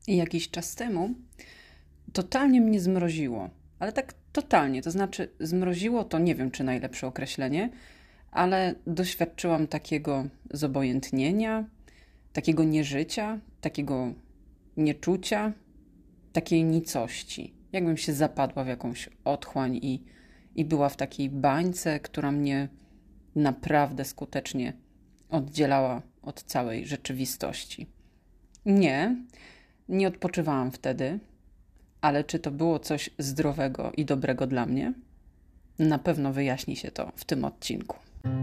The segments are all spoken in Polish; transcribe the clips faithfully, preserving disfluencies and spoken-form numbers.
I jakiś czas temu totalnie mnie zmroziło, ale tak totalnie, to znaczy zmroziło to nie wiem, czy najlepsze określenie, ale doświadczyłam takiego zobojętnienia, takiego nieżycia, takiego nieczucia, takiej nicości. Jakbym się zapadła w jakąś otchłań i, i była w takiej bańce, która mnie naprawdę skutecznie oddzielała od całej rzeczywistości. Nie, nie odpoczywałam wtedy, ale czy to było coś zdrowego i dobrego dla mnie? Na pewno wyjaśni się to w tym odcinku.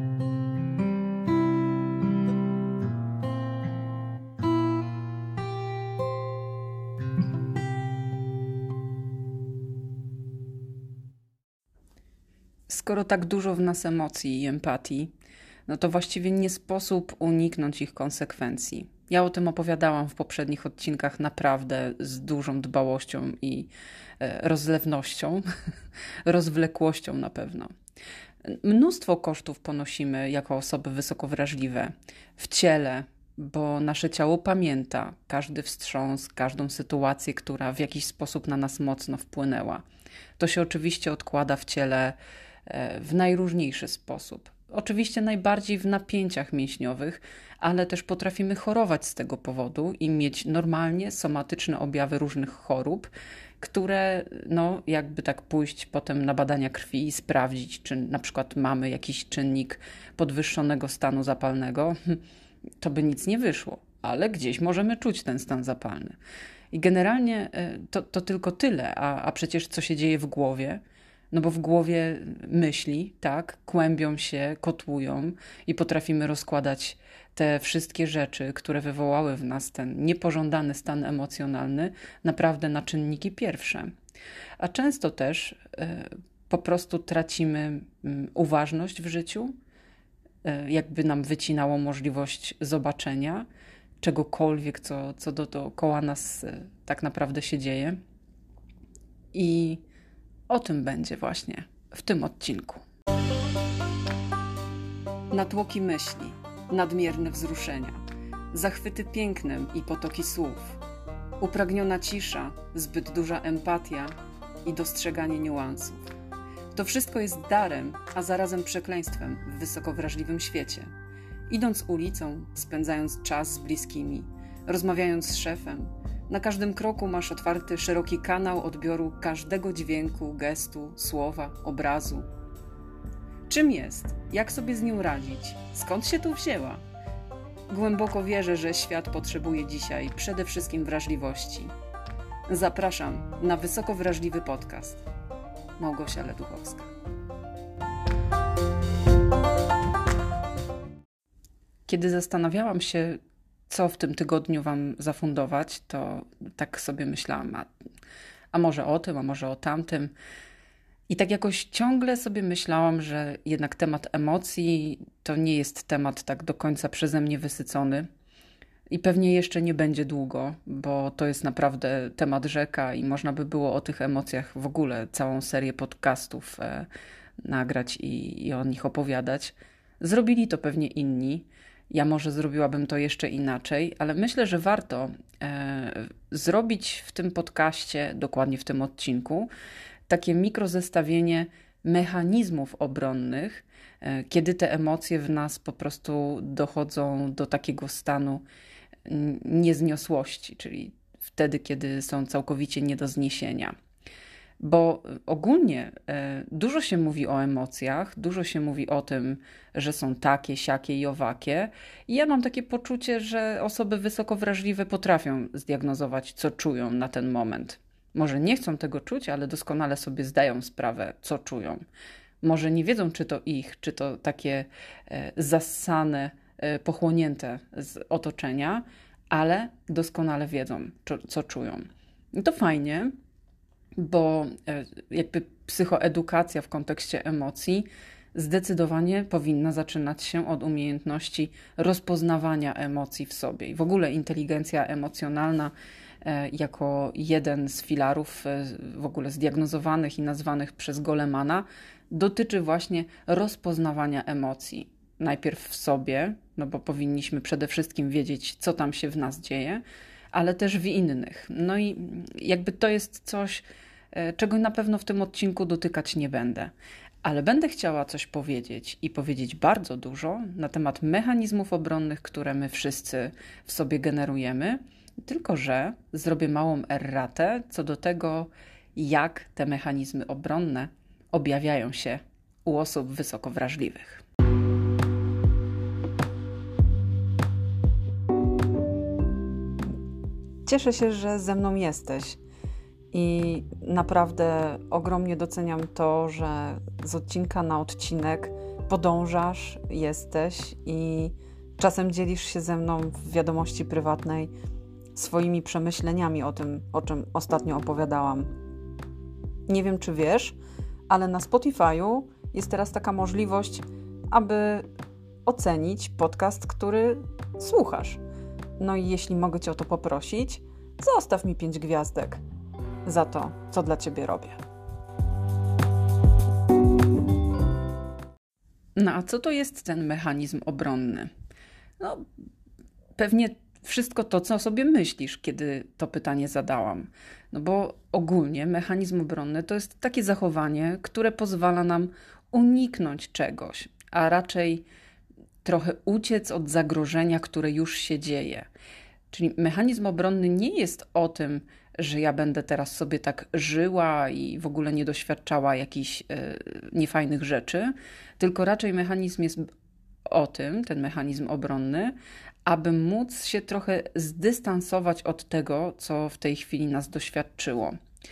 Skoro tak dużo w nas emocji i empatii, no to właściwie nie sposób uniknąć ich konsekwencji. Ja o tym opowiadałam w poprzednich odcinkach naprawdę z dużą dbałością i rozlewnością, rozwlekłością na pewno. Mnóstwo kosztów ponosimy jako osoby wysoko wrażliwe w ciele, bo nasze ciało pamięta każdy wstrząs, każdą sytuację, która w jakiś sposób na nas mocno wpłynęła. To się oczywiście odkłada w ciele w najróżniejszy sposób. Oczywiście najbardziej w napięciach mięśniowych, ale też potrafimy chorować z tego powodu i mieć normalnie somatyczne objawy różnych chorób, które no jakby tak pójść potem na badania krwi i sprawdzić, czy na przykład mamy jakiś czynnik podwyższonego stanu zapalnego, to by nic nie wyszło, ale gdzieś możemy czuć ten stan zapalny. I generalnie to, to tylko tyle, a, a przecież co się dzieje w głowie? No bo w głowie myśli, tak, kłębią się, kotłują i potrafimy rozkładać te wszystkie rzeczy, które wywołały w nas ten niepożądany stan emocjonalny, naprawdę na czynniki pierwsze. A często też y, po prostu tracimy y, uważność w życiu, y, jakby nam wycinało możliwość zobaczenia czegokolwiek, co, co do, dookoła nas y, tak naprawdę się dzieje. I o tym będzie właśnie w tym odcinku. Natłoki myśli, nadmierne wzruszenia, zachwyty pięknem i potoki słów, upragniona cisza, zbyt duża empatia i dostrzeganie niuansów. To wszystko jest darem, a zarazem przekleństwem w wysoko wrażliwym świecie. Idąc ulicą, spędzając czas z bliskimi, rozmawiając z szefem, na każdym kroku masz otwarty szeroki kanał odbioru każdego dźwięku, gestu, słowa, obrazu. Czym jest? Jak sobie z nią radzić? Skąd się tu wzięła? Głęboko wierzę, że świat potrzebuje dzisiaj przede wszystkim wrażliwości. Zapraszam na wysoko wrażliwy podcast. Małgosia Leduchowska. Kiedy zastanawiałam się, co w tym tygodniu wam zafundować, to tak sobie myślałam, a, a może o tym, a może o tamtym. I tak jakoś ciągle sobie myślałam, że jednak temat emocji to nie jest temat tak do końca przeze mnie wysycony. I pewnie jeszcze nie będzie długo, bo to jest naprawdę temat rzeka i można by było o tych emocjach w ogóle całą serię podcastów e, nagrać i, i o nich opowiadać. Zrobili to pewnie inni. Ja może zrobiłabym to jeszcze inaczej, ale myślę, że warto e, zrobić w tym podcaście, dokładnie w tym odcinku, takie mikrozestawienie mechanizmów obronnych, e, kiedy te emocje w nas po prostu dochodzą do takiego stanu niezniosłości, czyli wtedy, kiedy są całkowicie nie do zniesienia. Bo ogólnie e, dużo się mówi o emocjach, dużo się mówi o tym, że są takie, siakie i owakie. I ja mam takie poczucie, że osoby wysoko wrażliwe potrafią zdiagnozować, co czują na ten moment. Może nie chcą tego czuć, ale doskonale sobie zdają sprawę, co czują. Może nie wiedzą, czy to ich, czy to takie e, zassane, e, pochłonięte z otoczenia, ale doskonale wiedzą, co, co czują. I to fajnie, bo jakby psychoedukacja w kontekście emocji zdecydowanie powinna zaczynać się od umiejętności rozpoznawania emocji w sobie. I w ogóle inteligencja emocjonalna jako jeden z filarów w ogóle zdiagnozowanych i nazwanych przez Golemana dotyczy właśnie rozpoznawania emocji. Najpierw w sobie, no bo powinniśmy przede wszystkim wiedzieć, co tam się w nas dzieje, ale też w innych. No i jakby to jest coś, czego na pewno w tym odcinku dotykać nie będę. Ale będę chciała coś powiedzieć i powiedzieć bardzo dużo na temat mechanizmów obronnych, które my wszyscy w sobie generujemy, tylko że zrobię małą erratę co do tego, jak te mechanizmy obronne objawiają się u osób wysoko wrażliwych. Cieszę się, że ze mną jesteś i naprawdę ogromnie doceniam to, że z odcinka na odcinek podążasz, jesteś i czasem dzielisz się ze mną w wiadomości prywatnej swoimi przemyśleniami o tym, o czym ostatnio opowiadałam. Nie wiem, czy wiesz, ale na Spotify'u jest teraz taka możliwość, aby ocenić podcast, który słuchasz. No i jeśli mogę Cię o to poprosić, zostaw mi pięć gwiazdek za to, co dla Ciebie robię. No a co to jest ten mechanizm obronny? No, pewnie wszystko to, co sobie myślisz, kiedy to pytanie zadałam. No bo ogólnie mechanizm obronny to jest takie zachowanie, które pozwala nam uniknąć czegoś, a raczej trochę uciec od zagrożenia, które już się dzieje. Czyli mechanizm obronny nie jest o tym, że ja będę teraz sobie tak żyła i w ogóle nie doświadczała jakichś y, niefajnych rzeczy, tylko raczej mechanizm jest o tym, ten mechanizm obronny, aby móc się trochę zdystansować od tego, co w tej chwili nas doświadczyło.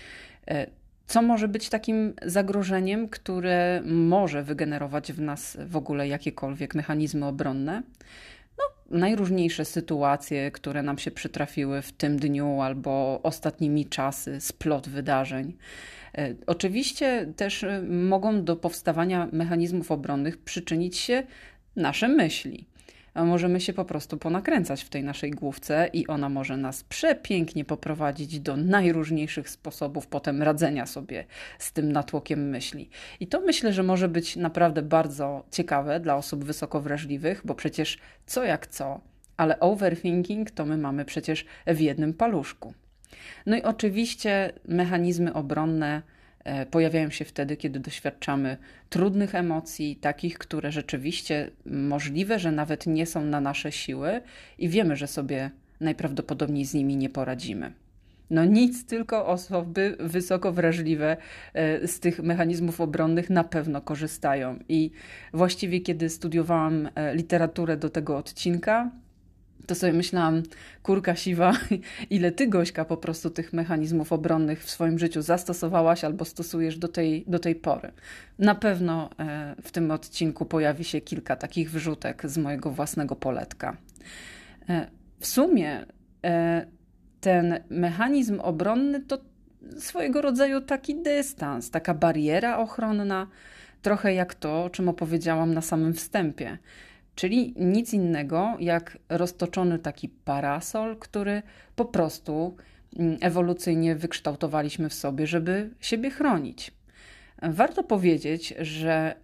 Co może być takim zagrożeniem, które może wygenerować w nas w ogóle jakiekolwiek mechanizmy obronne? No, najróżniejsze sytuacje, które nam się przytrafiły w tym dniu albo ostatnimi czasy, splot wydarzeń. Oczywiście też mogą do powstawania mechanizmów obronnych przyczynić się nasze myśli. Możemy się po prostu ponakręcać w tej naszej główce i ona może nas przepięknie poprowadzić do najróżniejszych sposobów potem radzenia sobie z tym natłokiem myśli. I to myślę, że może być naprawdę bardzo ciekawe dla osób wysoko wrażliwych, bo przecież co jak co, ale overthinking to my mamy przecież w jednym paluszku. No i oczywiście mechanizmy obronne pojawiają się wtedy, kiedy doświadczamy trudnych emocji, takich, które rzeczywiście możliwe, że nawet nie są na nasze siły i wiemy, że sobie najprawdopodobniej z nimi nie poradzimy. No nic, tylko osoby wysoko wrażliwe z tych mechanizmów obronnych na pewno korzystają. I właściwie kiedy studiowałam literaturę do tego odcinka, to sobie myślałam, kurka siwa, ile ty, Gośka, po prostu tych mechanizmów obronnych w swoim życiu zastosowałaś albo stosujesz do tej, do tej pory. Na pewno w tym odcinku pojawi się kilka takich wrzutek z mojego własnego poletka. W sumie ten mechanizm obronny to swojego rodzaju taki dystans, taka bariera ochronna, trochę jak to, o czym opowiedziałam na samym wstępie. Czyli nic innego jak roztoczony taki parasol, który po prostu ewolucyjnie wykształtowaliśmy w sobie, żeby siebie chronić. Warto powiedzieć, że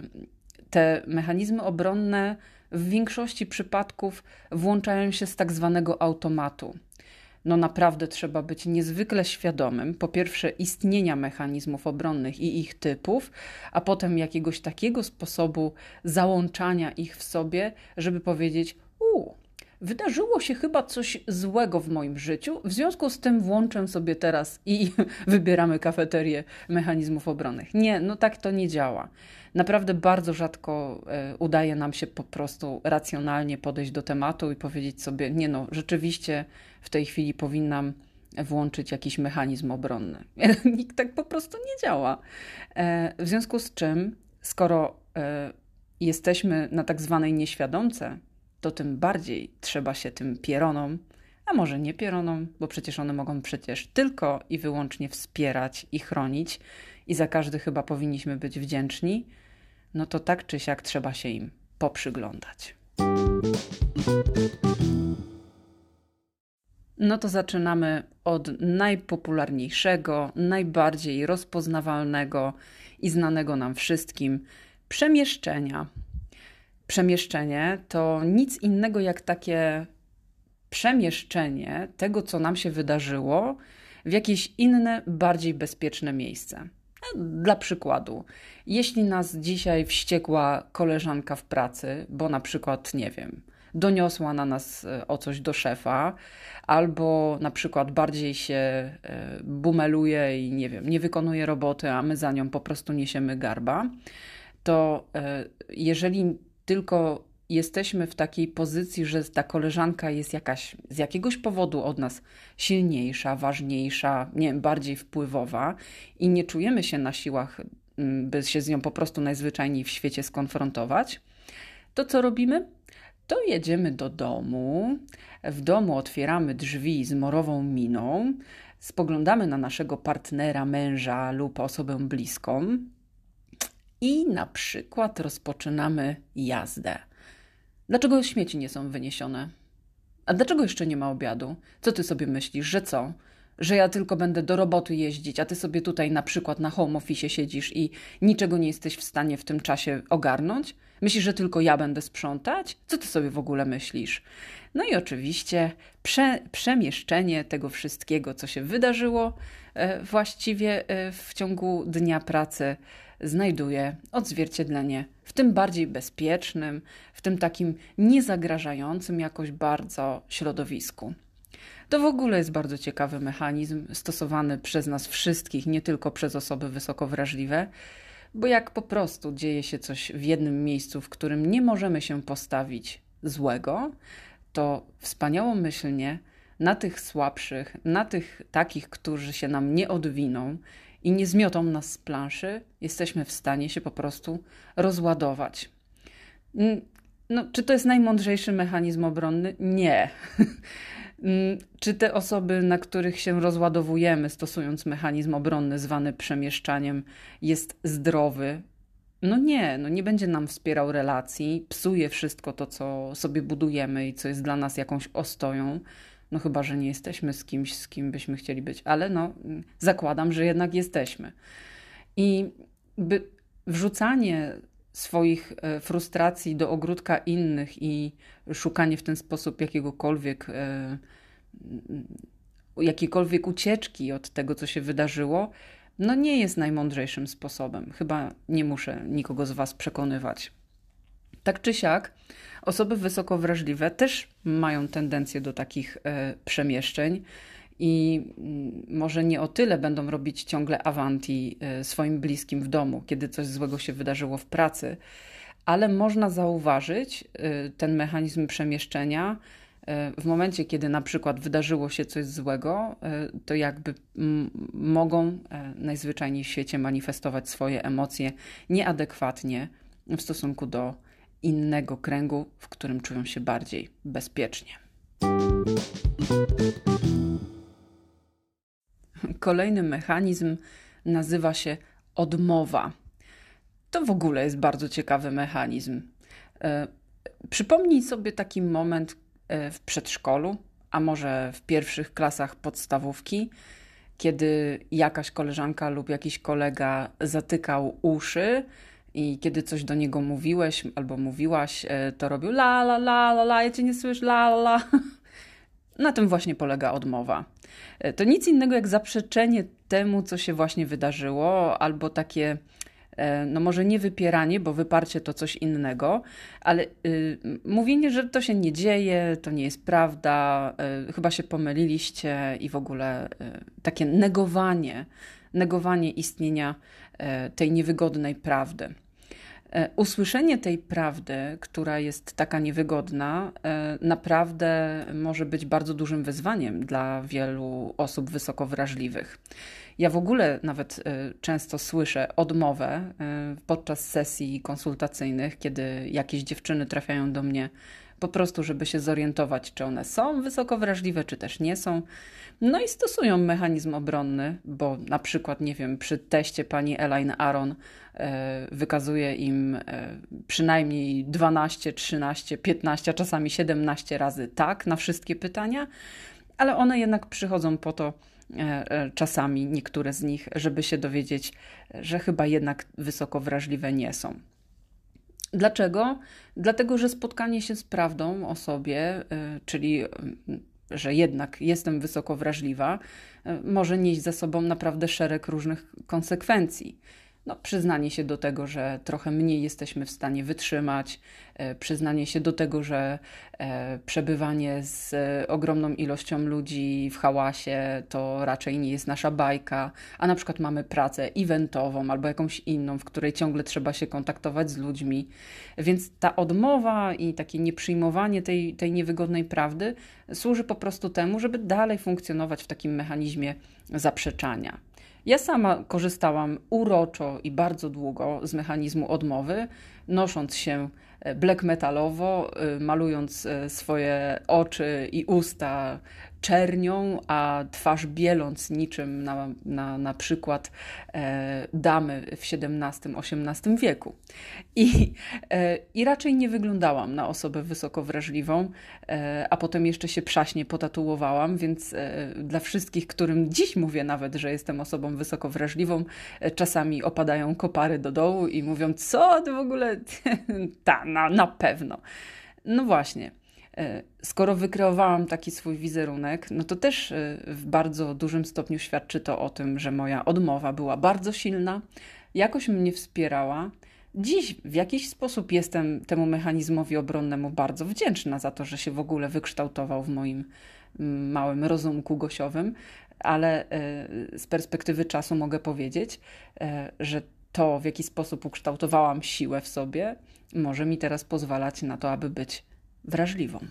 te mechanizmy obronne w większości przypadków włączają się z tak zwanego automatu. No naprawdę trzeba być niezwykle świadomym, po pierwsze istnienia mechanizmów obronnych i ich typów, a potem jakiegoś takiego sposobu załączania ich w sobie, żeby powiedzieć: u, wydarzyło się chyba coś złego w moim życiu, w związku z tym włączę sobie teraz i wybieramy kafeterię mechanizmów obronnych. Nie, no tak to nie działa. Naprawdę bardzo rzadko udaje nam się po prostu racjonalnie podejść do tematu i powiedzieć sobie: nie no, rzeczywiście w tej chwili powinnam włączyć jakiś mechanizm obronny. Nikt tak po prostu nie działa. W związku z czym, skoro jesteśmy na tak zwanej nieświadomce, to tym bardziej trzeba się tym pieronom, a może nie pieronom, bo przecież one mogą przecież tylko i wyłącznie wspierać i chronić i za każdy chyba powinniśmy być wdzięczni, no to tak czy siak trzeba się im poprzyglądać. No to zaczynamy od najpopularniejszego, najbardziej rozpoznawalnego i znanego nam wszystkim przemieszczenia. Przemieszczenie to nic innego jak takie przemieszczenie tego, co nam się wydarzyło, w jakieś inne, bardziej bezpieczne miejsce. Dla przykładu, jeśli nas dzisiaj wściekła koleżanka w pracy, bo na przykład, nie wiem, doniosła na nas o coś do szefa, albo na przykład bardziej się bumeluje i nie wiem, nie wykonuje roboty, a my za nią po prostu niesiemy garba, to jeżeli tylko jesteśmy w takiej pozycji, że ta koleżanka jest jakaś z jakiegoś powodu od nas silniejsza, ważniejsza, nie wiem, bardziej wpływowa i nie czujemy się na siłach, by się z nią po prostu najzwyczajniej w świecie skonfrontować, to co robimy? To jedziemy do domu, w domu otwieramy drzwi z morową miną, spoglądamy na naszego partnera, męża lub osobę bliską i na przykład rozpoczynamy jazdę. Dlaczego śmieci nie są wyniesione? A dlaczego jeszcze nie ma obiadu? Co ty sobie myślisz, że co? Że ja tylko będę do roboty jeździć, a ty sobie tutaj na przykład na home office siedzisz i niczego nie jesteś w stanie w tym czasie ogarnąć? Myślisz, że tylko ja będę sprzątać? Co ty sobie w ogóle myślisz? No i oczywiście prze, przemieszczenie tego wszystkiego, co się wydarzyło e, właściwie e, w ciągu dnia pracy znajduje odzwierciedlenie w tym bardziej bezpiecznym, w tym takim niezagrażającym jakoś bardzo środowisku. To w ogóle jest bardzo ciekawy mechanizm stosowany przez nas wszystkich, nie tylko przez osoby wysoko wrażliwe, bo jak po prostu dzieje się coś w jednym miejscu, w którym nie możemy się postawić złego, to wspaniałomyślnie na tych słabszych, na tych takich, którzy się nam nie odwiną i nie zmiotą nas z planszy, jesteśmy w stanie się po prostu rozładować. No, czy to jest najmądrzejszy mechanizm obronny? Nie. Czy te osoby, na których się rozładowujemy, stosując mechanizm obronny zwany przemieszczaniem, jest zdrowy? No nie, no nie będzie nam wspierał relacji, psuje wszystko to, co sobie budujemy i co jest dla nas jakąś ostoją. No chyba, że nie jesteśmy z kimś, z kim byśmy chcieli być, ale no zakładam, że jednak jesteśmy. I by wrzucanie swoich frustracji do ogródka innych i szukanie w ten sposób jakiegokolwiek, jakiejkolwiek ucieczki od tego, co się wydarzyło, no nie jest najmądrzejszym sposobem. Chyba nie muszę nikogo z was przekonywać. Tak czy siak, osoby wysoko wrażliwe też mają tendencję do takich e, przemieszczeń i m, może nie o tyle będą robić ciągle avanti e, swoim bliskim w domu, kiedy coś złego się wydarzyło w pracy, ale można zauważyć e, ten mechanizm przemieszczenia e, w momencie, kiedy na przykład wydarzyło się coś złego, e, to jakby m, mogą e, najzwyczajniej w świecie manifestować swoje emocje nieadekwatnie w stosunku do innego kręgu, w którym czują się bardziej bezpiecznie. Kolejny mechanizm nazywa się odmowa. To w ogóle jest bardzo ciekawy mechanizm. E, przypomnij sobie taki moment w przedszkolu, a może w pierwszych klasach podstawówki, kiedy jakaś koleżanka lub jakiś kolega zatykał uszy i kiedy coś do niego mówiłeś albo mówiłaś, to robił la la la la la, ja cię nie słyszę, la la la. Na tym właśnie polega odmowa. To nic innego jak zaprzeczenie temu, co się właśnie wydarzyło, albo takie, no może nie wypieranie, bo wyparcie to coś innego, ale y, mówienie, że to się nie dzieje, to nie jest prawda, y, chyba się pomyliliście i w ogóle y, takie negowanie, negowanie istnienia y, tej niewygodnej prawdy. Usłyszenie tej prawdy, która jest taka niewygodna, naprawdę może być bardzo dużym wyzwaniem dla wielu osób wysoko wrażliwych. Ja w ogóle nawet często słyszę odmowę podczas sesji konsultacyjnych, kiedy jakieś dziewczyny trafiają do mnie po prostu, żeby się zorientować, czy one są wysoko wrażliwe, czy też nie są. No i stosują mechanizm obronny, bo na przykład, nie wiem, przy teście pani Elaine Aron e, wykazuje im e, przynajmniej dwanaście, trzynaście, piętnaście, a czasami siedemnaście razy tak na wszystkie pytania, ale one jednak przychodzą po to, e, e, czasami niektóre z nich, żeby się dowiedzieć, że chyba jednak wysoko wrażliwe nie są. Dlaczego? Dlatego, że spotkanie się z prawdą o sobie, y, czyli y, że jednak jestem wysoko wrażliwa, y, może nieść za sobą naprawdę szereg różnych konsekwencji. No, przyznanie się do tego, że trochę mniej jesteśmy w stanie wytrzymać, e, przyznanie się do tego, że e, przebywanie z e, ogromną ilością ludzi w hałasie to raczej nie jest nasza bajka, a na przykład mamy pracę eventową albo jakąś inną, w której ciągle trzeba się kontaktować z ludźmi. Więc ta odmowa i takie nieprzyjmowanie tej, tej niewygodnej prawdy służy po prostu temu, żeby dalej funkcjonować w takim mechanizmie zaprzeczania. Ja sama korzystałam uroczo i bardzo długo z mechanizmu odmowy, nosząc się black metalowo, malując swoje oczy i usta czernią, a twarz bieląc niczym na, na, na przykład e, damy w siedemnastym osiemnastym wieku. I, e, I raczej nie wyglądałam na osobę wysoko wrażliwą, e, a potem jeszcze się przaśnie potatuowałam, więc e, dla wszystkich, którym dziś mówię nawet, że jestem osobą wysoko wrażliwą, e, czasami opadają kopary do dołu i mówią, co ty w ogóle, ta, na, na pewno. No właśnie. Skoro wykreowałam taki swój wizerunek, no to też w bardzo dużym stopniu świadczy to o tym, że moja odmowa była bardzo silna, jakoś mnie wspierała. Dziś w jakiś sposób jestem temu mechanizmowi obronnemu bardzo wdzięczna za to, że się w ogóle wykształtował w moim małym rozumku gosiowym, ale z perspektywy czasu mogę powiedzieć, że to, w jaki sposób ukształtowałam siłę w sobie, może mi teraz pozwalać na to, aby być wrażliwą.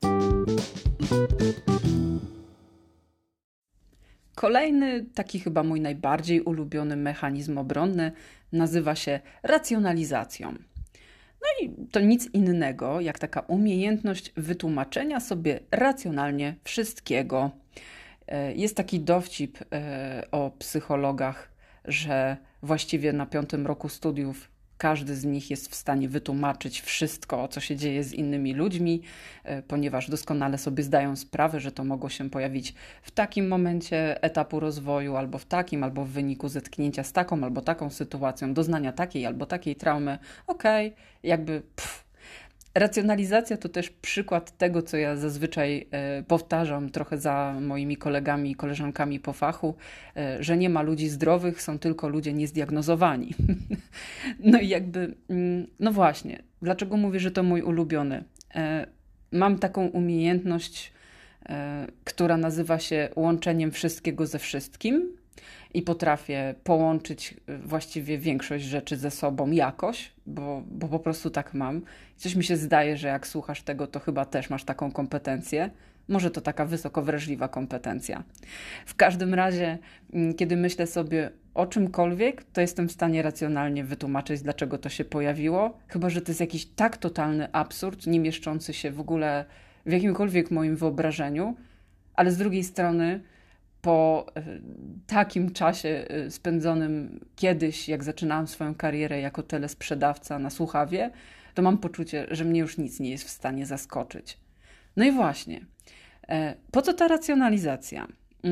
Kolejny, taki chyba mój najbardziej ulubiony mechanizm obronny, nazywa się racjonalizacją. No i to nic innego, jak taka umiejętność wytłumaczenia sobie racjonalnie wszystkiego. Jest taki dowcip o psychologach, że właściwie na piątym roku studiów każdy z nich jest w stanie wytłumaczyć wszystko, co się dzieje z innymi ludźmi, ponieważ doskonale sobie zdają sprawę, że to mogło się pojawić w takim momencie etapu rozwoju, albo w takim, albo w wyniku zetknięcia z taką, albo taką sytuacją, doznania takiej albo takiej traumy. Okej, okay, jakby pff. Racjonalizacja to też przykład tego, co ja zazwyczaj e, powtarzam trochę za moimi kolegami i koleżankami po fachu, e, że nie ma ludzi zdrowych, są tylko ludzie niezdiagnozowani. No i jakby, mm, no właśnie, dlaczego mówię, że to mój ulubiony? E, mam taką umiejętność, e, która nazywa się łączeniem wszystkiego ze wszystkim. I potrafię połączyć właściwie większość rzeczy ze sobą jakoś, bo, bo po prostu tak mam. Coś mi się zdaje, że jak słuchasz tego, to chyba też masz taką kompetencję. Może to taka wysoko wrażliwa kompetencja. W każdym razie, kiedy myślę sobie o czymkolwiek, to jestem w stanie racjonalnie wytłumaczyć, dlaczego to się pojawiło. Chyba że to jest jakiś tak totalny absurd, nie mieszczący się w ogóle w jakimkolwiek moim wyobrażeniu, ale z drugiej strony po takim czasie spędzonym kiedyś, jak zaczynałam swoją karierę jako telesprzedawca na słuchawie, to mam poczucie, że mnie już nic nie jest w stanie zaskoczyć. No i właśnie, po co ta racjonalizacja?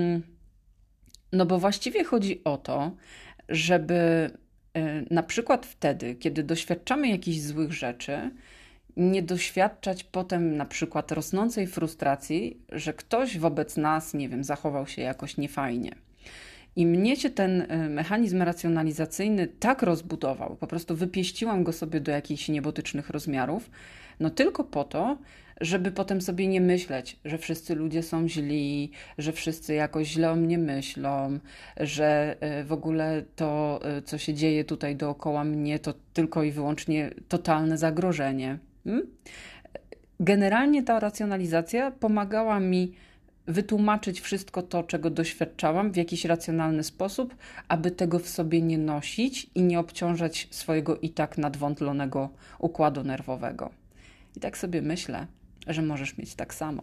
No bo właściwie chodzi o to, żeby na przykład wtedy, kiedy doświadczamy jakichś złych rzeczy, nie doświadczać potem na przykład rosnącej frustracji, że ktoś wobec nas, nie wiem, zachował się jakoś niefajnie. I mnie się ten mechanizm racjonalizacyjny tak rozbudował, po prostu wypieściłam go sobie do jakichś niebotycznych rozmiarów, no tylko po to, żeby potem sobie nie myśleć, że wszyscy ludzie są źli, że wszyscy jakoś źle o mnie myślą, że w ogóle to, co się dzieje tutaj dookoła mnie, to tylko i wyłącznie totalne zagrożenie. Generalnie ta racjonalizacja pomagała mi wytłumaczyć wszystko to, czego doświadczałam w jakiś racjonalny sposób, aby tego w sobie nie nosić i nie obciążać swojego i tak nadwątlonego układu nerwowego. I tak sobie myślę, że możesz mieć tak samo.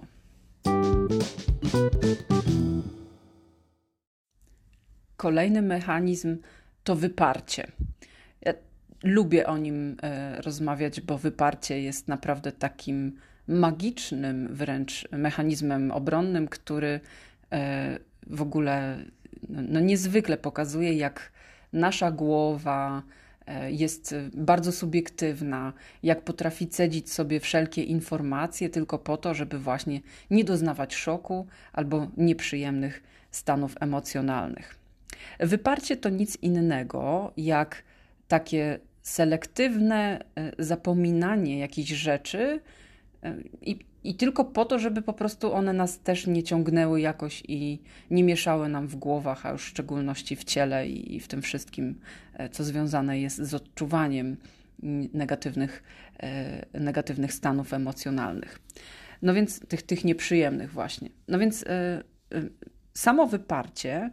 Kolejny mechanizm to wyparcie. Ja lubię o nim e, rozmawiać, bo wyparcie jest naprawdę takim magicznym wręcz mechanizmem obronnym, który e, w ogóle no, no niezwykle pokazuje, jak nasza głowa jest bardzo subiektywna, jak potrafi cedzić sobie wszelkie informacje tylko po to, żeby właśnie nie doznawać szoku albo nieprzyjemnych stanów emocjonalnych. Wyparcie to nic innego jak takie selektywne zapominanie jakichś rzeczy i, i tylko po to, żeby po prostu one nas też nie ciągnęły jakoś i nie mieszały nam w głowach, a już w szczególności w ciele i, i w tym wszystkim, co związane jest z odczuwaniem negatywnych, negatywnych stanów emocjonalnych. No więc tych, tych nieprzyjemnych właśnie. No więc samo wyparcie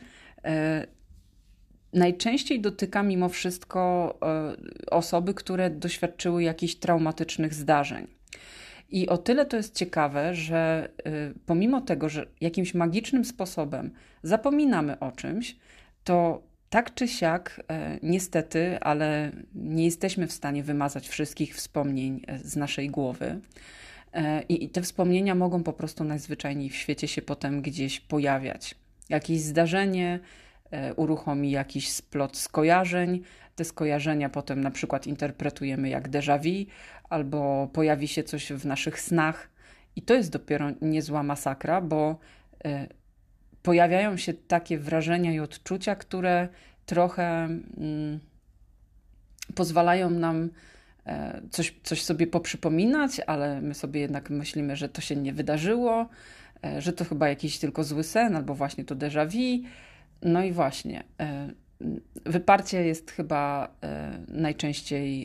najczęściej dotyka mimo wszystko osoby, które doświadczyły jakichś traumatycznych zdarzeń. I o tyle to jest ciekawe, że pomimo tego, że jakimś magicznym sposobem zapominamy o czymś, to tak czy siak niestety, ale nie jesteśmy w stanie wymazać wszystkich wspomnień z naszej głowy. I te wspomnienia mogą po prostu najzwyczajniej w świecie się potem gdzieś pojawiać. Jakieś zdarzenie uruchomi jakiś splot skojarzeń. Te skojarzenia potem na przykład interpretujemy jak déjà vu, albo pojawi się coś w naszych snach. I to jest dopiero niezła masakra, bo pojawiają się takie wrażenia i odczucia, które trochę mm, pozwalają nam coś, coś sobie poprzypominać, ale my sobie jednak myślimy, że to się nie wydarzyło, że to chyba jakiś tylko zły sen, albo właśnie to déjà vu. No i właśnie, wyparcie jest chyba najczęściej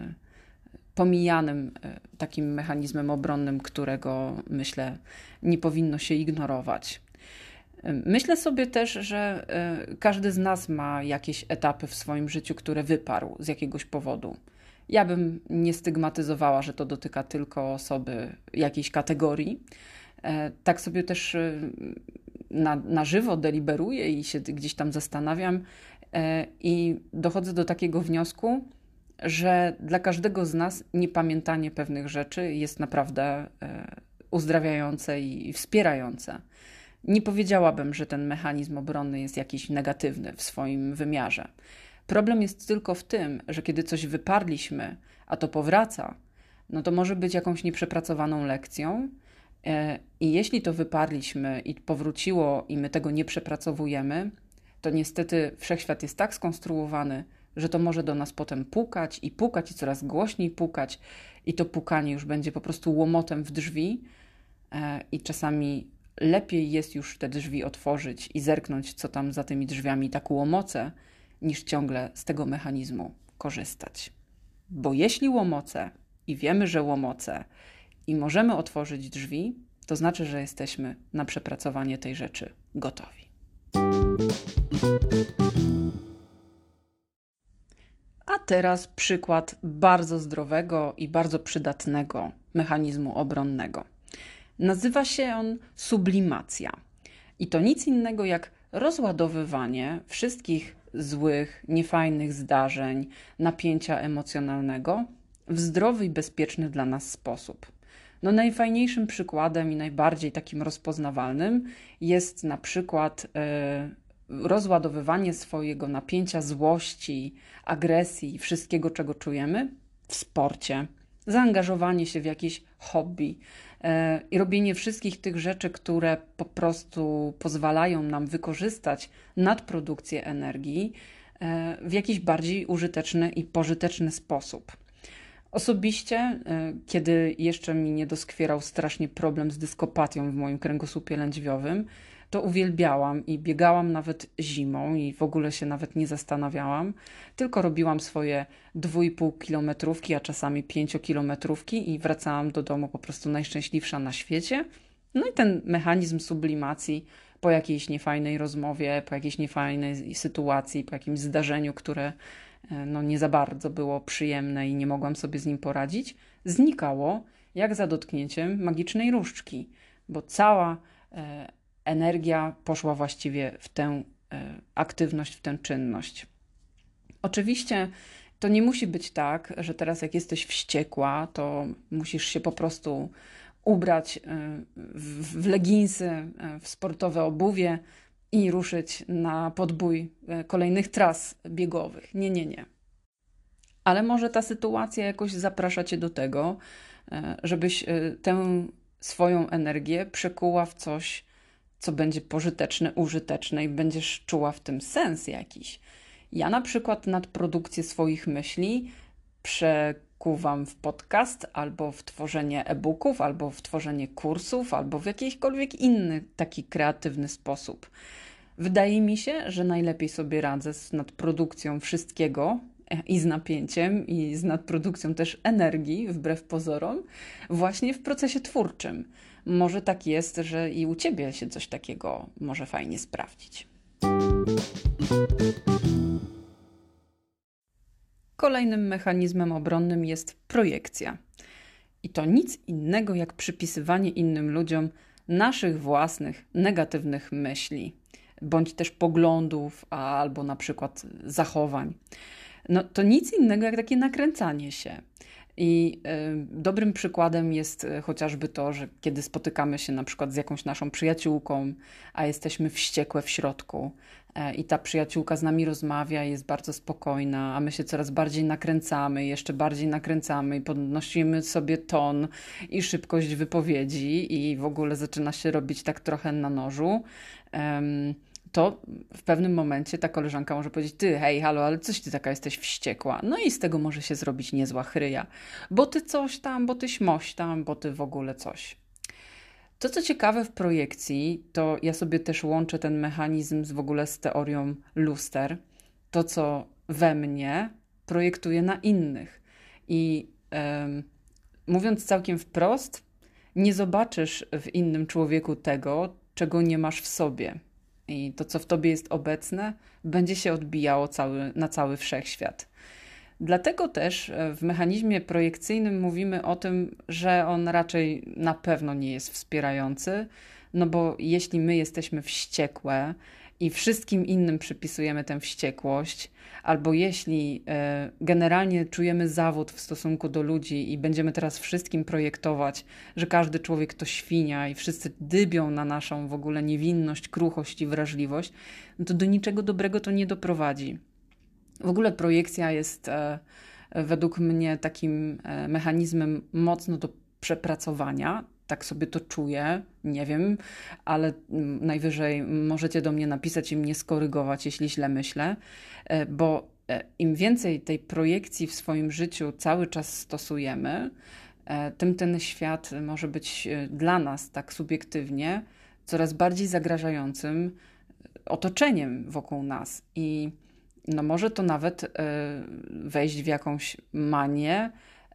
pomijanym takim mechanizmem obronnym, którego myślę nie powinno się ignorować. Myślę sobie też, że każdy z nas ma jakieś etapy w swoim życiu, które wyparł z jakiegoś powodu. Ja bym nie stygmatyzowała, że to dotyka tylko osoby jakiejś kategorii. Tak sobie też na, na żywo deliberuję i się gdzieś tam zastanawiam i dochodzę do takiego wniosku, że dla każdego z nas niepamiętanie pewnych rzeczy jest naprawdę uzdrawiające i wspierające. Nie powiedziałabym, że ten mechanizm obronny jest jakiś negatywny w swoim wymiarze. Problem jest tylko w tym, że kiedy coś wyparliśmy, a to powraca, no to może być jakąś nieprzepracowaną lekcją i jeśli to wyparliśmy i powróciło i my tego nie przepracowujemy, to niestety wszechświat jest tak skonstruowany, że to może do nas potem pukać i pukać i coraz głośniej pukać i to pukanie już będzie po prostu łomotem w drzwi i czasami lepiej jest już te drzwi otworzyć i zerknąć, co tam za tymi drzwiami tak łomoce, niż ciągle z tego mechanizmu korzystać. Bo jeśli łomoce i wiemy, że łomoce i możemy otworzyć drzwi, to znaczy, że jesteśmy na przepracowanie tej rzeczy gotowi. A teraz przykład bardzo zdrowego i bardzo przydatnego mechanizmu obronnego. Nazywa się on sublimacja. I to nic innego jak rozładowywanie wszystkich złych, niefajnych zdarzeń, napięcia emocjonalnego w zdrowy i bezpieczny dla nas sposób. No najfajniejszym przykładem i najbardziej takim rozpoznawalnym jest na przykład yy, rozładowywanie swojego napięcia, złości, agresji, wszystkiego, czego czujemy w sporcie, zaangażowanie się w jakieś hobby yy, i robienie wszystkich tych rzeczy, które po prostu pozwalają nam wykorzystać nadprodukcję energii yy, w jakiś bardziej użyteczny i pożyteczny sposób. Osobiście, kiedy jeszcze mi nie doskwierał strasznie problem z dyskopatią w moim kręgosłupie lędźwiowym, to uwielbiałam i biegałam nawet zimą i w ogóle się nawet nie zastanawiałam, tylko robiłam swoje dwójpółkilometrówki, a czasami pięciokilometrówki i wracałam do domu po prostu najszczęśliwsza na świecie. No i ten mechanizm sublimacji po jakiejś niefajnej rozmowie, po jakiejś niefajnej sytuacji, po jakimś zdarzeniu, które no nie za bardzo było przyjemne i nie mogłam sobie z nim poradzić, znikało jak za dotknięciem magicznej różdżki, bo cała e, energia poszła właściwie w tę e, aktywność, w tę czynność. Oczywiście to nie musi być tak, że teraz jak jesteś wściekła, to musisz się po prostu ubrać w, w leginsy, w sportowe obuwie i ruszyć na podbój kolejnych tras biegowych. Nie, nie, nie. Ale może ta sytuacja jakoś zaprasza cię do tego, e, żebyś e, tę swoją energię przekuła w coś, co będzie pożyteczne, użyteczne i będziesz czuła w tym sens jakiś. Ja na przykład nadprodukcję swoich myśli przekuwam w podcast, albo w tworzenie e-booków, albo w tworzenie kursów, albo w jakikolwiek inny taki kreatywny sposób. Wydaje mi się, że najlepiej sobie radzę z nadprodukcją wszystkiego i z napięciem, i z nadprodukcją też energii, wbrew pozorom, właśnie w procesie twórczym. Może tak jest, że i u ciebie się coś takiego może fajnie sprawdzić. Kolejnym mechanizmem obronnym jest projekcja. I to nic innego jak przypisywanie innym ludziom naszych własnych negatywnych myśli, bądź też poglądów, albo na przykład zachowań. No to nic innego jak takie nakręcanie się. I y, dobrym przykładem jest y, chociażby to, że kiedy spotykamy się na przykład z jakąś naszą przyjaciółką, a jesteśmy wściekłe w środku y, i ta przyjaciółka z nami rozmawia, jest bardzo spokojna, a my się coraz bardziej nakręcamy, jeszcze bardziej nakręcamy i podnosimy sobie ton i szybkość wypowiedzi i w ogóle zaczyna się robić tak trochę na nożu. Y, to w pewnym momencie ta koleżanka może powiedzieć: ty, hej, halo, ale coś ty taka jesteś wściekła. No i z tego może się zrobić niezła chryja. Bo ty coś tam, bo ty śmoś tam, bo ty w ogóle coś. To, co ciekawe w projekcji, to ja sobie też łączę ten mechanizm z w ogóle z teorią luster. To, co we mnie, projektuję na innych. I um, mówiąc całkiem wprost, nie zobaczysz w innym człowieku tego, czego nie masz w sobie. I to, co w tobie jest obecne, będzie się odbijało cały, na cały wszechświat. Dlatego też w mechanizmie projekcyjnym mówimy o tym, że on raczej na pewno nie jest wspierający, no bo jeśli my jesteśmy wściekłe i wszystkim innym przypisujemy tę wściekłość, albo jeśli e, generalnie czujemy zawód w stosunku do ludzi i będziemy teraz wszystkim projektować, że każdy człowiek to świnia i wszyscy dybią na naszą w ogóle niewinność, kruchość i wrażliwość, no to do niczego dobrego to nie doprowadzi. W ogóle projekcja jest e, według mnie takim e, mechanizmem mocno do przepracowania. Tak sobie to czuję, nie wiem, ale najwyżej możecie do mnie napisać i mnie skorygować, jeśli źle myślę, bo im więcej tej projekcji w swoim życiu cały czas stosujemy, tym ten świat może być dla nas tak subiektywnie coraz bardziej zagrażającym otoczeniem wokół nas. I no może to nawet wejść w jakąś manię,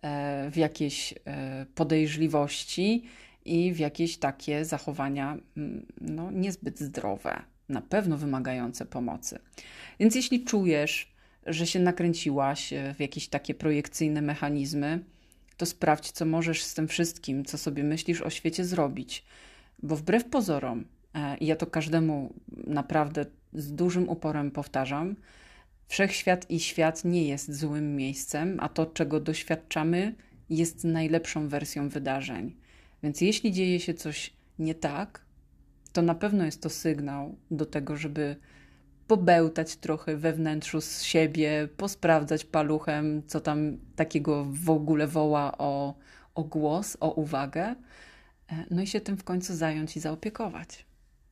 w jakieś podejrzliwości i w jakieś takie zachowania no, niezbyt zdrowe, na pewno wymagające pomocy. Więc jeśli czujesz, że się nakręciłaś w jakieś takie projekcyjne mechanizmy, to sprawdź, co możesz z tym wszystkim, co sobie myślisz o świecie zrobić. Bo wbrew pozorom, i ja to każdemu naprawdę z dużym uporem powtarzam, wszechświat i świat nie jest złym miejscem, a to, czego doświadczamy, jest najlepszą wersją wydarzeń. Więc jeśli dzieje się coś nie tak, to na pewno jest to sygnał do tego, żeby pobełtać trochę we wnętrzu z siebie, posprawdzać paluchem, co tam takiego w ogóle woła o, o głos, o uwagę, no i się tym w końcu zająć i zaopiekować.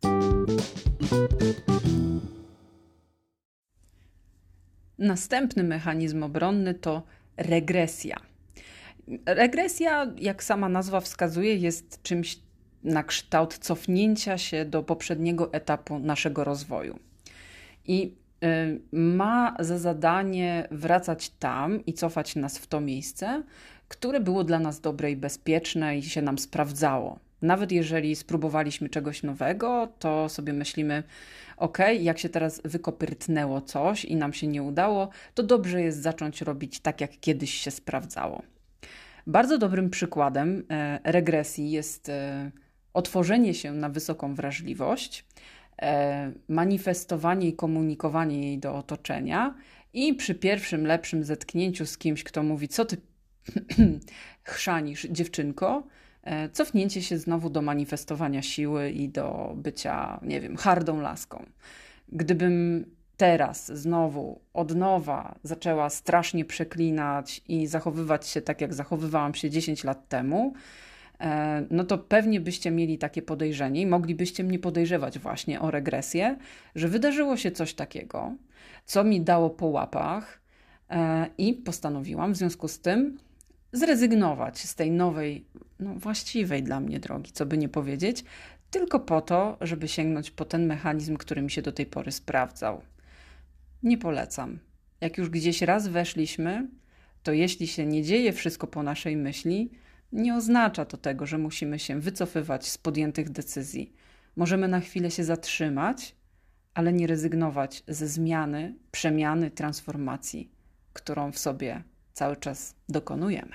Następny mechanizm obronny to regresja. Regresja, jak sama nazwa wskazuje, jest czymś na kształt cofnięcia się do poprzedniego etapu naszego rozwoju. I y, ma za zadanie wracać tam i cofać nas w to miejsce, które było dla nas dobre i bezpieczne i się nam sprawdzało. Nawet jeżeli spróbowaliśmy czegoś nowego, to sobie myślimy: ok, jak się teraz wykopyrtnęło coś i nam się nie udało, to dobrze jest zacząć robić tak, jak kiedyś się sprawdzało. Bardzo dobrym przykładem e, regresji jest e, otworzenie się na wysoką wrażliwość, e, manifestowanie i komunikowanie jej do otoczenia i przy pierwszym lepszym zetknięciu z kimś, kto mówi: co ty chrzanisz, dziewczynko, e, cofnięcie się znowu do manifestowania siły i do bycia, nie wiem, hardą laską. Gdybym teraz znowu od nowa zaczęła strasznie przeklinać i zachowywać się tak, jak zachowywałam się dziesięć lat temu, no to pewnie byście mieli takie podejrzenie i moglibyście mnie podejrzewać właśnie o regresję, że wydarzyło się coś takiego, co mi dało po łapach i postanowiłam w związku z tym zrezygnować z tej nowej, no właściwej dla mnie drogi, co by nie powiedzieć, tylko po to, żeby sięgnąć po ten mechanizm, który mi się do tej pory sprawdzał. Nie polecam. Jak już gdzieś raz weszliśmy, to jeśli się nie dzieje wszystko po naszej myśli, nie oznacza to tego, że musimy się wycofywać z podjętych decyzji. Możemy na chwilę się zatrzymać, ale nie rezygnować ze zmiany, przemiany, transformacji, którą w sobie cały czas dokonujemy.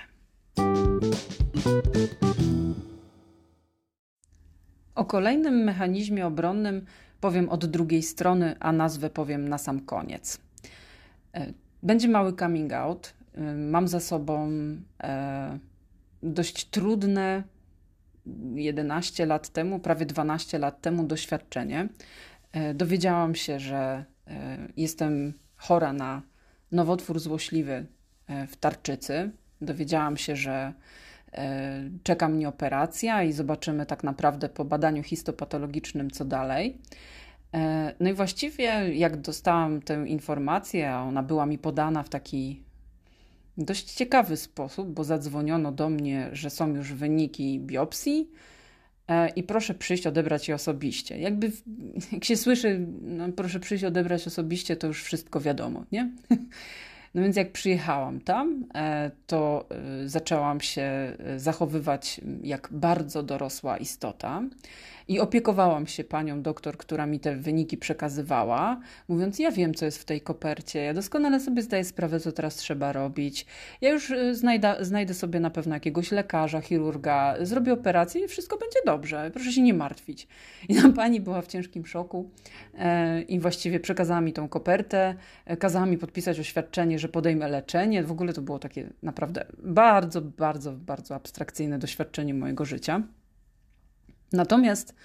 O kolejnym mechanizmie obronnym powiem od drugiej strony, a nazwę powiem na sam koniec. Będzie mały coming out. Mam za sobą dość trudne jedenaście lat temu, prawie dwanaście lat temu doświadczenie. Dowiedziałam się, że jestem chora na nowotwór złośliwy w tarczycy. Dowiedziałam się, że czeka mnie operacja i zobaczymy tak naprawdę po badaniu histopatologicznym, co dalej. No i właściwie jak dostałam tę informację, a ona była mi podana w taki dość ciekawy sposób, bo zadzwoniono do mnie, że są już wyniki biopsji i proszę przyjść odebrać je osobiście. Jakby, jak się słyszy, no proszę przyjść odebrać osobiście, to już wszystko wiadomo, nie? No więc jak przyjechałam tam, to zaczęłam się zachowywać jak bardzo dorosła istota i opiekowałam się panią doktor, która mi te wyniki przekazywała, mówiąc, ja wiem, co jest w tej kopercie, ja doskonale sobie zdaję sprawę, co teraz trzeba robić, ja już znajdę, znajdę sobie na pewno jakiegoś lekarza, chirurga, zrobię operację i wszystko będzie dobrze, proszę się nie martwić. I ta pani była w ciężkim szoku i właściwie przekazała mi tą kopertę, kazała mi podpisać oświadczenie, że podejmę leczenie. W ogóle to było takie naprawdę bardzo, bardzo, bardzo abstrakcyjne doświadczenie mojego życia. Natomiast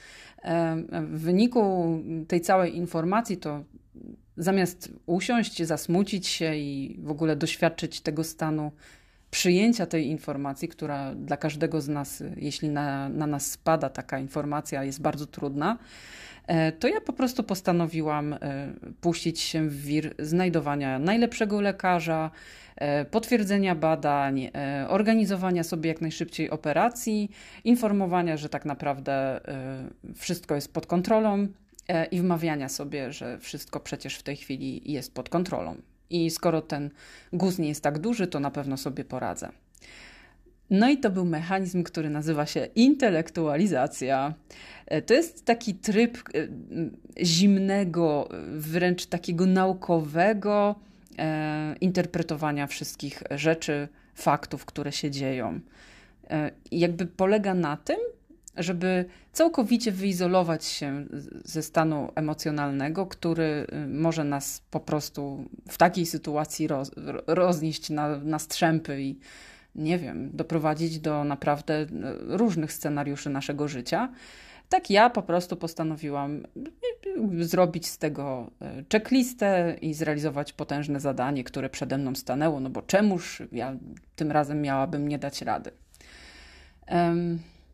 w wyniku tej całej informacji to zamiast usiąść, zasmucić się i w ogóle doświadczyć tego stanu przyjęcia tej informacji, która dla każdego z nas, jeśli na, na nas spada taka informacja, jest bardzo trudna, to ja po prostu postanowiłam puścić się w wir znajdowania najlepszego lekarza, potwierdzenia badań, organizowania sobie jak najszybciej operacji, informowania, że tak naprawdę wszystko jest pod kontrolą i wmawiania sobie, że wszystko przecież w tej chwili jest pod kontrolą. I skoro ten guz nie jest tak duży, to na pewno sobie poradzę. No i to był mechanizm, który nazywa się intelektualizacja. To jest taki tryb zimnego, wręcz takiego naukowego e, interpretowania wszystkich rzeczy, faktów, które się dzieją. E, jakby polega na tym, żeby całkowicie wyizolować się ze stanu emocjonalnego, który może nas po prostu w takiej sytuacji roz, roznieść na, na strzępy i nie wiem, doprowadzić do naprawdę różnych scenariuszy naszego życia. Tak ja po prostu postanowiłam zrobić z tego checklistę i zrealizować potężne zadanie, które przede mną stanęło, no bo czemuż ja tym razem miałabym nie dać rady. Um,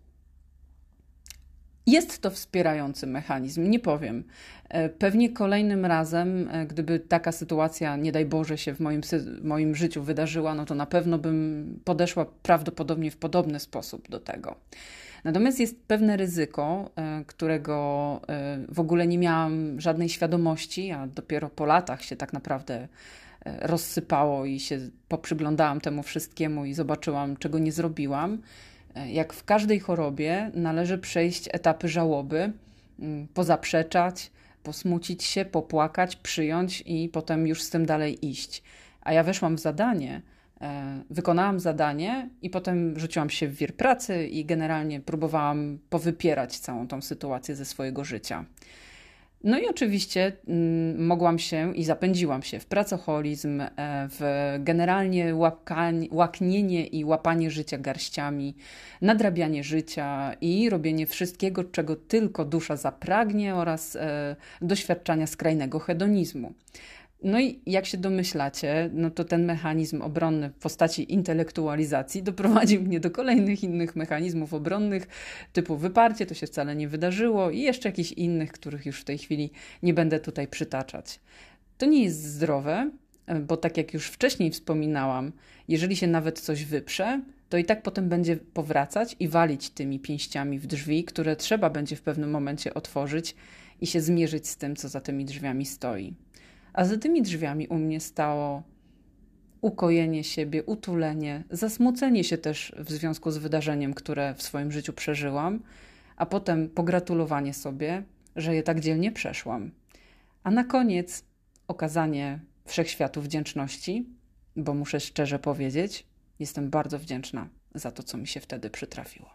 Jest to wspierający mechanizm, nie powiem. Pewnie kolejnym razem, gdyby taka sytuacja, nie daj Boże, się w moim, w moim życiu wydarzyła, no to na pewno bym podeszła prawdopodobnie w podobny sposób do tego. Natomiast jest pewne ryzyko, którego w ogóle nie miałam żadnej świadomości, a dopiero po latach się tak naprawdę rozsypało i się poprzyglądałam temu wszystkiemu i zobaczyłam, czego nie zrobiłam. Jak w każdej chorobie należy przejść etapy żałoby, pozaprzeczać, posmucić się, popłakać, przyjąć i potem już z tym dalej iść. A ja weszłam w zadanie, wykonałam zadanie i potem rzuciłam się w wir pracy i generalnie próbowałam powypierać całą tą sytuację ze swojego życia. No i oczywiście mm, mogłam się i zapędziłam się w pracoholizm, e, w generalnie łapkań, łaknienie i łapanie życia garściami, nadrabianie życia i robienie wszystkiego, czego tylko dusza zapragnie oraz e, doświadczania skrajnego hedonizmu. No i jak się domyślacie, no to ten mechanizm obronny w postaci intelektualizacji doprowadził mnie do kolejnych innych mechanizmów obronnych, typu wyparcie, to się wcale nie wydarzyło i jeszcze jakichś innych, których już w tej chwili nie będę tutaj przytaczać. To nie jest zdrowe, bo tak jak już wcześniej wspominałam, jeżeli się nawet coś wyprze, to i tak potem będzie powracać i walić tymi pięściami w drzwi, które trzeba będzie w pewnym momencie otworzyć i się zmierzyć z tym, co za tymi drzwiami stoi. A za tymi drzwiami u mnie stało ukojenie siebie, utulenie, zasmucenie się też w związku z wydarzeniem, które w swoim życiu przeżyłam, a potem pogratulowanie sobie, że je tak dzielnie przeszłam. A na koniec okazanie wszechświatu wdzięczności, bo muszę szczerze powiedzieć, jestem bardzo wdzięczna za to, co mi się wtedy przytrafiło.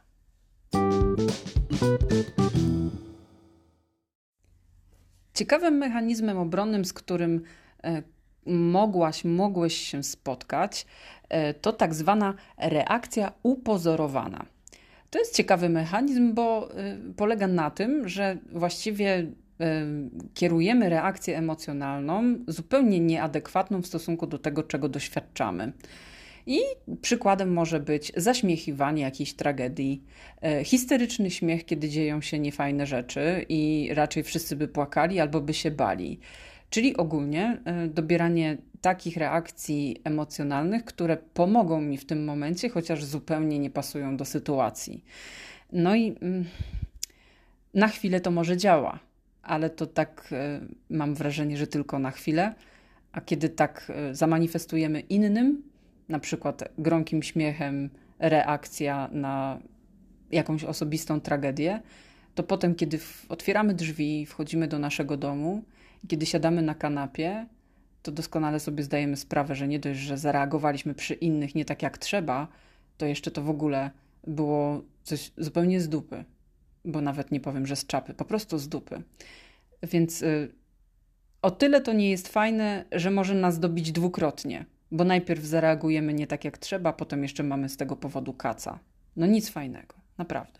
Ciekawym mechanizmem obronnym, z którym e, mogłaś, mogłeś się spotkać, e, to tak zwana reakcja upozorowana. To jest ciekawy mechanizm, bo e, polega na tym, że właściwie e, kierujemy reakcję emocjonalną zupełnie nieadekwatną w stosunku do tego, czego doświadczamy. I przykładem może być zaśmiechiwanie jakiejś tragedii, e, histeryczny śmiech, kiedy dzieją się niefajne rzeczy i raczej wszyscy by płakali albo by się bali. Czyli ogólnie e, dobieranie takich reakcji emocjonalnych, które pomogą mi w tym momencie, chociaż zupełnie nie pasują do sytuacji. No i mm, na chwilę to może działa, ale to tak e, mam wrażenie, że tylko na chwilę, a kiedy tak e, zamanifestujemy innym, na przykład gromkim śmiechem reakcja na jakąś osobistą tragedię, to potem, kiedy otwieramy drzwi, wchodzimy do naszego domu, kiedy siadamy na kanapie, to doskonale sobie zdajemy sprawę, że nie dość, że zareagowaliśmy przy innych nie tak jak trzeba, to jeszcze to w ogóle było coś zupełnie z dupy, bo nawet nie powiem, że z czapy, po prostu z dupy. Więc y, o tyle to nie jest fajne, że może nas dobić dwukrotnie. Bo najpierw zareagujemy nie tak jak trzeba, potem jeszcze mamy z tego powodu kaca. No nic fajnego, naprawdę.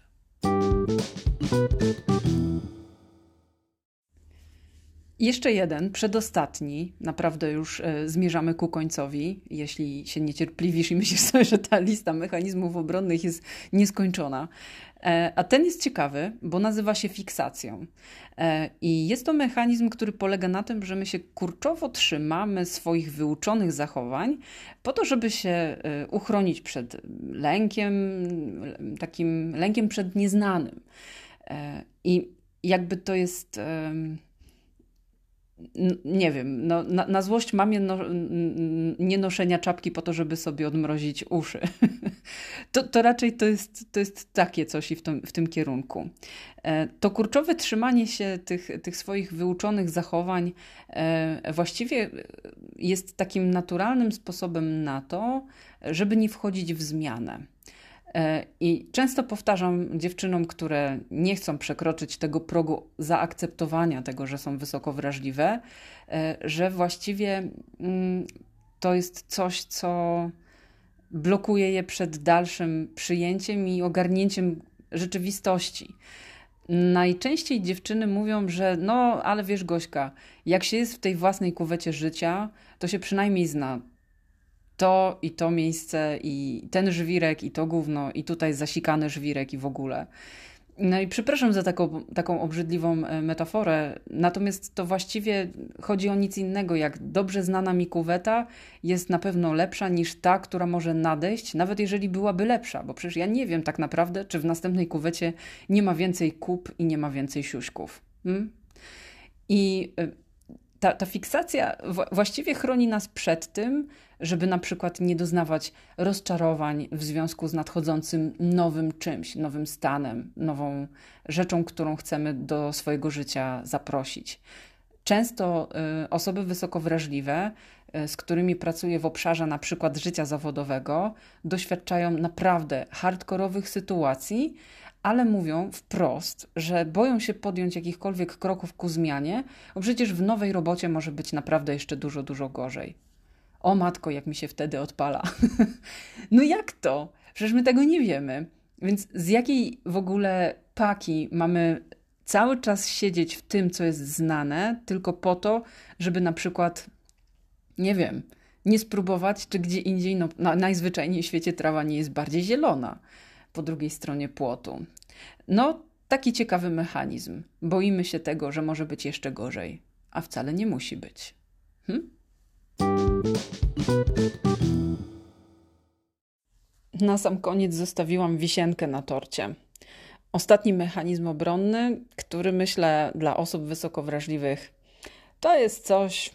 Jeszcze jeden, przedostatni, naprawdę już e, zmierzamy ku końcowi, jeśli się niecierpliwisz i myślisz sobie, że ta lista mechanizmów obronnych jest nieskończona. E, a ten jest ciekawy, bo nazywa się fiksacją. E, I jest to mechanizm, który polega na tym, że my się kurczowo trzymamy swoich wyuczonych zachowań po to, żeby się e, uchronić przed lękiem, takim lękiem przed nieznanym. E, I jakby to jest... E, Nie wiem, no, na, na złość mamie no, nie noszenia czapki po to, żeby sobie odmrozić uszy. To, to raczej to jest, to jest takie coś i w tym, w tym kierunku. To kurczowe trzymanie się tych, tych swoich wyuczonych zachowań właściwie jest takim naturalnym sposobem na to, żeby nie wchodzić w zmianę. I często powtarzam dziewczynom, które nie chcą przekroczyć tego progu zaakceptowania tego, że są wysoko wrażliwe, że właściwie to jest coś, co blokuje je przed dalszym przyjęciem i ogarnięciem rzeczywistości. Najczęściej dziewczyny mówią, że no, ale wiesz Gośka, jak się jest w tej własnej kuwecie życia, to się przynajmniej zna to i to miejsce i ten żwirek i to gówno i tutaj zasikany żwirek i w ogóle. No i przepraszam za taką, taką obrzydliwą metaforę, natomiast to właściwie chodzi o nic innego, jak dobrze znana mi kuweta jest na pewno lepsza niż ta, która może nadejść, nawet jeżeli byłaby lepsza, bo przecież ja nie wiem tak naprawdę, czy w następnej kuwecie nie ma więcej kup i nie ma więcej siuśków. Hmm? I ta, ta fiksacja właściwie chroni nas przed tym, żeby na przykład nie doznawać rozczarowań w związku z nadchodzącym nowym czymś, nowym stanem, nową rzeczą, którą chcemy do swojego życia zaprosić. Często y, osoby wysoko wrażliwe, y, z którymi pracuję w obszarze na przykład życia zawodowego, doświadczają naprawdę hardkorowych sytuacji, ale mówią wprost, że boją się podjąć jakichkolwiek kroków ku zmianie, bo przecież w nowej robocie może być naprawdę jeszcze dużo, dużo gorzej. O matko, jak mi się wtedy odpala. No jak to? Przecież my tego nie wiemy. Więc z jakiej w ogóle paki mamy cały czas siedzieć w tym, co jest znane, tylko po to, żeby na przykład, nie wiem, nie spróbować, czy gdzie indziej, no, na, najzwyczajniej w świecie trawa nie jest bardziej zielona po drugiej stronie płotu. No, taki ciekawy mechanizm. Boimy się tego, że może być jeszcze gorzej, a wcale nie musi być. Hm? Na sam koniec zostawiłam wisienkę na torcie. Ostatni mechanizm obronny, który myślę dla osób wysoko wrażliwych, to jest coś...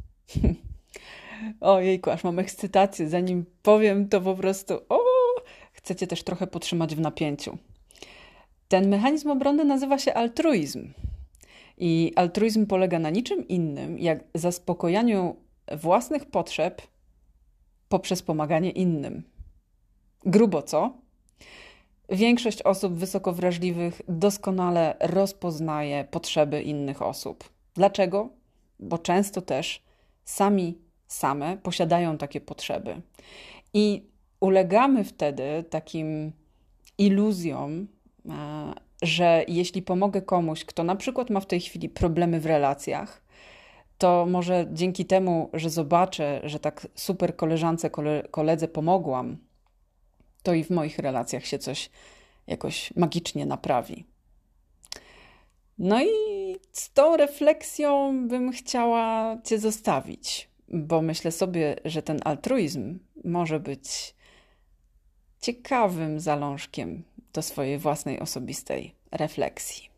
Ojejku, aż mam ekscytację. Zanim powiem, to po prostu o, chcecie też trochę potrzymać w napięciu. Ten mechanizm obronny nazywa się altruizm. I altruizm polega na niczym innym, jak zaspokojaniu własnych potrzeb poprzez pomaganie innym. Grubo co? Większość osób wysoko wrażliwych doskonale rozpoznaje potrzeby innych osób. Dlaczego? Bo często też sami, same posiadają takie potrzeby. I ulegamy wtedy takim iluzjom, że jeśli pomogę komuś, kto na przykład ma w tej chwili problemy w relacjach, to może dzięki temu, że zobaczę, że tak super koleżance, kole, koledze pomogłam, to i w moich relacjach się coś jakoś magicznie naprawi. No i z tą refleksją bym chciała Cię zostawić, bo myślę sobie, że ten altruizm może być ciekawym zalążkiem do swojej własnej osobistej refleksji.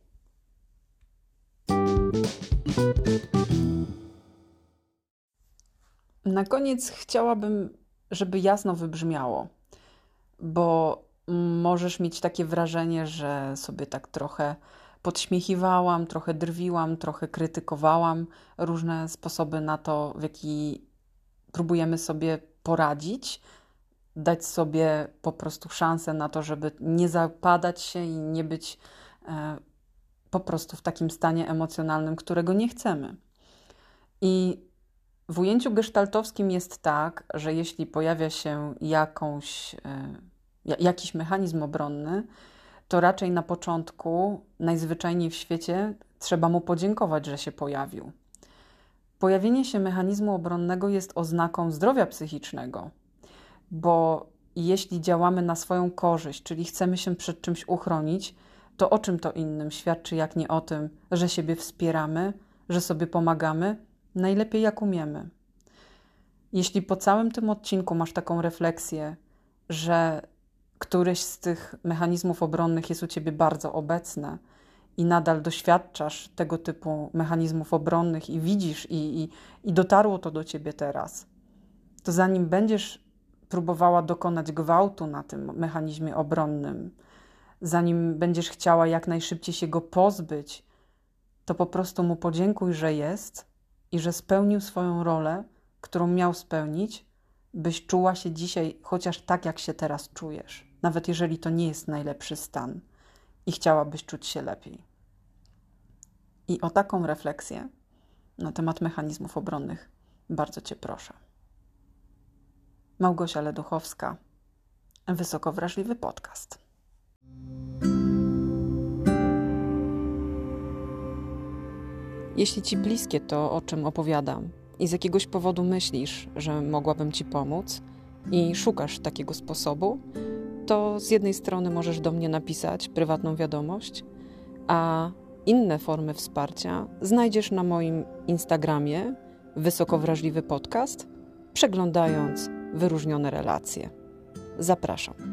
Na koniec chciałabym, żeby jasno wybrzmiało, bo możesz mieć takie wrażenie, że sobie tak trochę podśmiechiwałam, trochę drwiłam, trochę krytykowałam różne sposoby na to, w jaki próbujemy sobie poradzić, dać sobie po prostu szansę na to, żeby nie zapadać się i nie być e, po prostu w takim stanie emocjonalnym, którego nie chcemy. I w ujęciu gestaltowskim jest tak, że jeśli pojawia się jakąś, e, jakiś mechanizm obronny, to raczej na początku, najzwyczajniej w świecie, trzeba mu podziękować, że się pojawił. Pojawienie się mechanizmu obronnego jest oznaką zdrowia psychicznego, bo jeśli działamy na swoją korzyść, czyli chcemy się przed czymś uchronić, to o czym to innym świadczy, jak nie o tym, że siebie wspieramy, że sobie pomagamy, najlepiej jak umiemy. Jeśli po całym tym odcinku masz taką refleksję, że któryś z tych mechanizmów obronnych jest u Ciebie bardzo obecny i nadal doświadczasz tego typu mechanizmów obronnych i widzisz i, i, i dotarło to do Ciebie teraz, to zanim będziesz próbowała dokonać gwałtu na tym mechanizmie obronnym, zanim będziesz chciała jak najszybciej się go pozbyć, to po prostu mu podziękuj, że jest i że spełnił swoją rolę, którą miał spełnić, byś czuła się dzisiaj chociaż tak, jak się teraz czujesz, nawet jeżeli to nie jest najlepszy stan i chciałabyś czuć się lepiej. I o taką refleksję na temat mechanizmów obronnych bardzo Cię proszę. Małgosia Leduchowska, Wysoko Wrażliwy Podcast. Jeśli Ci bliskie to, o czym opowiadam i z jakiegoś powodu myślisz, że mogłabym Ci pomóc i szukasz takiego sposobu, to z jednej strony możesz do mnie napisać prywatną wiadomość, a inne formy wsparcia znajdziesz na moim Instagramie Wysoko Wrażliwy Podcast, przeglądając wyróżnione relacje. Zapraszam.